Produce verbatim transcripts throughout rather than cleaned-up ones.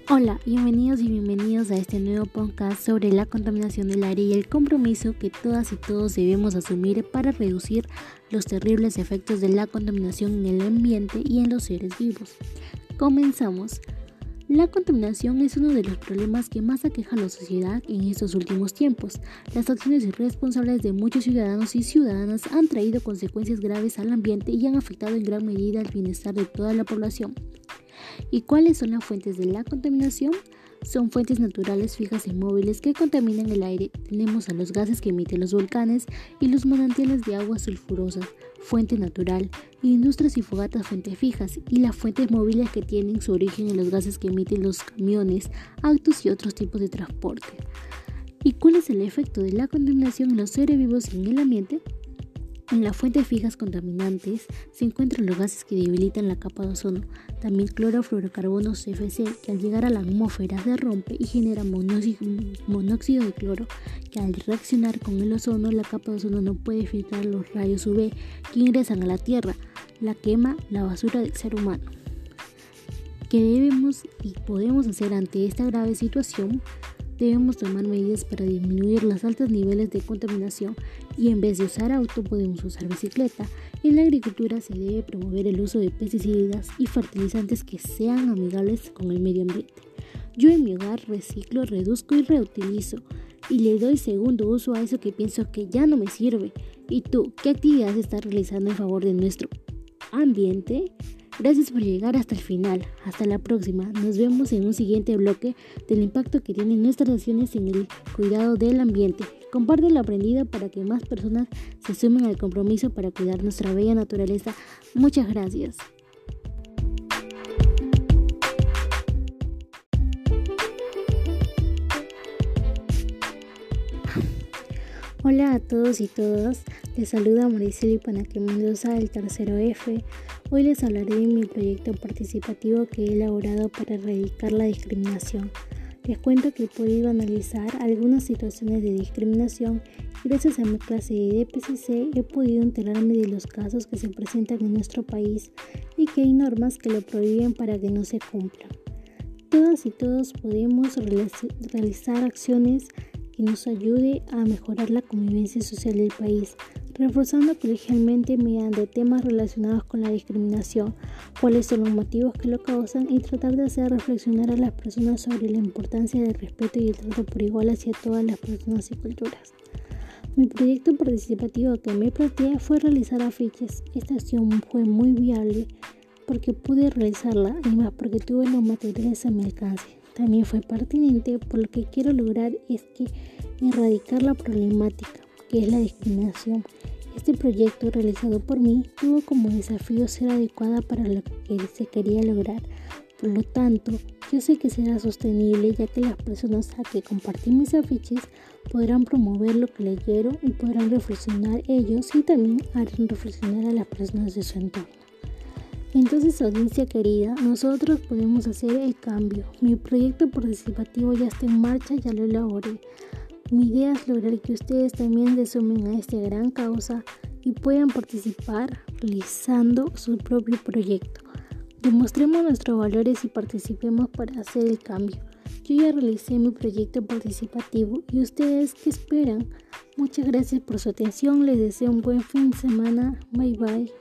Hola, bienvenidos y bienvenidos a este nuevo podcast sobre la contaminación del aire y el compromiso que todas y todos debemos asumir para reducir los terribles efectos de la contaminación en el ambiente y en los seres vivos. Comenzamos. La contaminación es uno de los problemas que más aqueja a la sociedad en estos últimos tiempos. Las acciones irresponsables de muchos ciudadanos y ciudadanas han traído consecuencias graves al ambiente y han afectado en gran medida el bienestar de toda la población. ¿Y cuáles son las fuentes de la contaminación? Son fuentes naturales fijas y móviles que contaminan el aire. Tenemos a los gases que emiten los volcanes y los manantiales de agua sulfurosa, fuente natural, industrias y fogatas, fuentes fijas, y las fuentes móviles que tienen su origen en los gases que emiten los camiones, autos y otros tipos de transporte. ¿Y cuál es el efecto de la contaminación en los seres vivos y en el ambiente? En las fuentes fijas contaminantes se encuentran los gases que debilitan la capa de ozono, también clorofluorocarbonos C F C, que al llegar a la atmósfera se rompe y genera monóxido de cloro, que al reaccionar con el ozono, la capa de ozono no puede filtrar los rayos U V que ingresan a la Tierra, la quema la basura del ser humano. ¿Qué debemos y podemos hacer ante esta grave situación? Debemos tomar medidas para disminuir los altos niveles de contaminación y en vez de usar auto podemos usar bicicleta. En la agricultura se debe promover el uso de pesticidas y fertilizantes que sean amigables con el medio ambiente. Yo en mi hogar reciclo, reduzco y reutilizo y le doy segundo uso a eso que pienso que ya no me sirve. ¿Y tú, qué actividades estás realizando en favor de nuestro ambiente? Gracias por llegar hasta el final. Hasta la próxima. Nos vemos en un siguiente bloque del impacto que tienen nuestras acciones en el cuidado del ambiente. Comparte lo aprendido para que más personas se sumen al compromiso para cuidar nuestra bella naturaleza. Muchas gracias. Hola a todos y todas, les saluda Mariceli Panaque Mendoza del tercero F. Hoy les hablaré de mi proyecto participativo que he elaborado para erradicar la discriminación. Les cuento que he podido analizar algunas situaciones de discriminación y gracias a mi clase de D P C C he podido enterarme de los casos que se presentan en nuestro país y que hay normas que lo prohíben para que no se cumplan. Todas y todos podemos realizar acciones que nos ayude a mejorar la convivencia social del país, reforzando colegialmente mediante temas relacionados con la discriminación, cuáles son los motivos que lo causan y tratar de hacer reflexionar a las personas sobre la importancia del respeto y el trato por igual hacia todas las personas y culturas. Mi proyecto participativo que me planteé fue realizar afiches. Esta acción fue muy viable porque pude realizarla, además porque tuve los materiales a mi alcance. También fue pertinente, por lo que quiero lograr es que erradicar la problemática que es la discriminación. Este proyecto realizado por mí tuvo como desafío ser adecuada para lo que se quería lograr. Por lo tanto, yo sé que será sostenible, ya que las personas a que compartí mis afiches podrán promover lo que leyeron y podrán reflexionar ellos y también harán reflexionar a las personas de su entorno. Entonces, audiencia querida, nosotros podemos hacer el cambio. Mi proyecto participativo ya está en marcha, ya lo elaboré. Mi idea es lograr que ustedes también se sumen a esta gran causa y puedan participar realizando su propio proyecto. Demostremos nuestros valores y participemos para hacer el cambio. Yo ya realicé mi proyecto participativo y ustedes, ¿qué esperan? Muchas gracias por su atención, les deseo un buen fin de semana. Bye bye.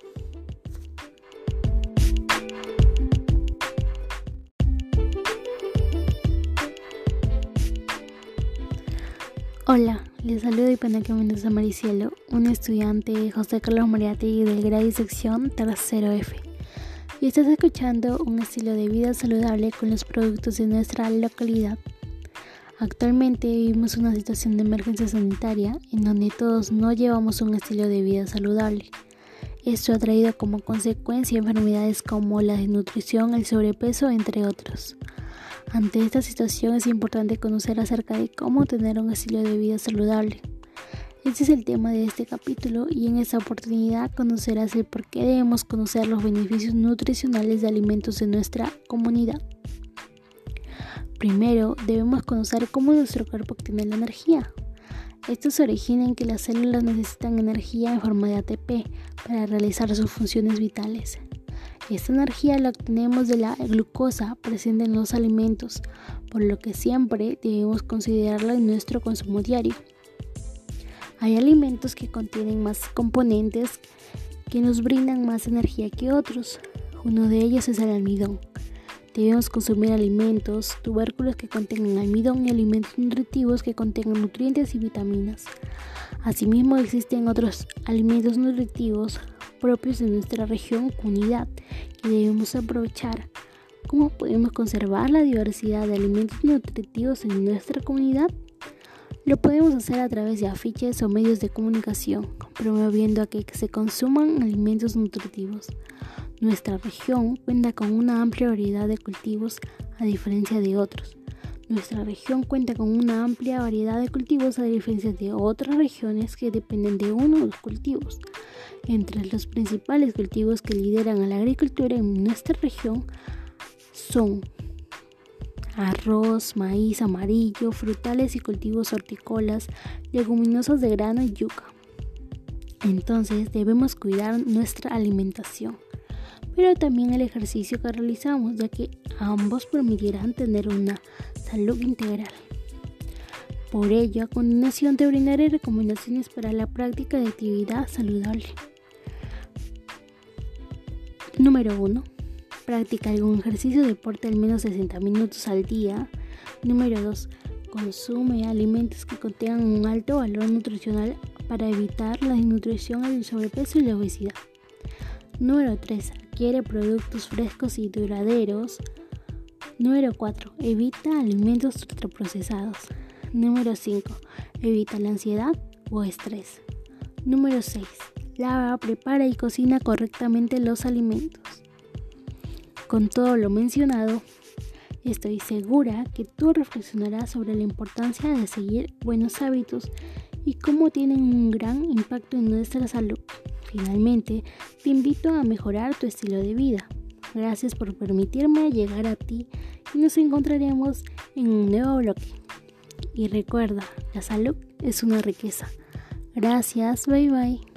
Hola, les saluda Panaque Mendoza Maricielo, un estudiante de José Carlos Mariátegui del grado y sección tercero F. Y estás escuchando un estilo de vida saludable con los productos de nuestra localidad. Actualmente vivimos una situación de emergencia sanitaria en donde todos no llevamos un estilo de vida saludable. Esto ha traído como consecuencia enfermedades como la desnutrición, el sobrepeso, entre otros. Ante esta situación es importante conocer acerca de cómo tener un estilo de vida saludable. Este es el tema de este capítulo y en esta oportunidad conocerás el por qué debemos conocer los beneficios nutricionales de alimentos en nuestra comunidad. Primero, debemos conocer cómo nuestro cuerpo obtiene la energía. Esto se origina en que las células necesitan energía en forma de A T P para realizar sus funciones vitales. Esta energía la obtenemos de la glucosa presente en los alimentos, por lo que siempre debemos considerarla en nuestro consumo diario. Hay alimentos que contienen más componentes que nos brindan más energía que otros. Uno de ellos es el almidón. Debemos consumir alimentos, tubérculos que contengan almidón y alimentos nutritivos que contengan nutrientes y vitaminas. Asimismo, existen otros alimentos nutritivos propios de nuestra región comunidad que debemos aprovechar. ¿Cómo podemos conservar la diversidad de alimentos nutritivos en nuestra comunidad? Lo podemos hacer a través de afiches o medios de comunicación, promoviendo a que se consuman alimentos nutritivos. Nuestra región cuenta con una amplia variedad de cultivos a diferencia de otros. Nuestra región cuenta con una amplia variedad de cultivos a diferencia de otras regiones que dependen de unos cultivos. Entre los principales cultivos que lideran a la agricultura en nuestra región son arroz, maíz amarillo, frutales y cultivos hortícolas, leguminosas de grano y yuca. Entonces debemos cuidar nuestra alimentación, pero también el ejercicio que realizamos, ya que ambos permitirán tener una salud integral. Por ello, a continuación te brindaré recomendaciones para la práctica de actividad saludable. Número uno. Practica algún ejercicio o deporte al menos sesenta minutos al día. Número dos. Consume alimentos que contengan un alto valor nutricional para evitar la desnutrición, el sobrepeso y la obesidad. Número tres. Adquiere productos frescos y duraderos. Número cuatro. Evita alimentos ultraprocesados. Número cinco. Evita la ansiedad o estrés. Número seis. Lava, prepara y cocina correctamente los alimentos. Con todo lo mencionado, estoy segura que tú reflexionarás sobre la importancia de seguir buenos hábitos y cómo tienen un gran impacto en nuestra salud. Finalmente, te invito a mejorar tu estilo de vida. Gracias por permitirme llegar a ti y nos encontraremos en un nuevo bloque. Y recuerda, la salud es una riqueza. Gracias, bye bye.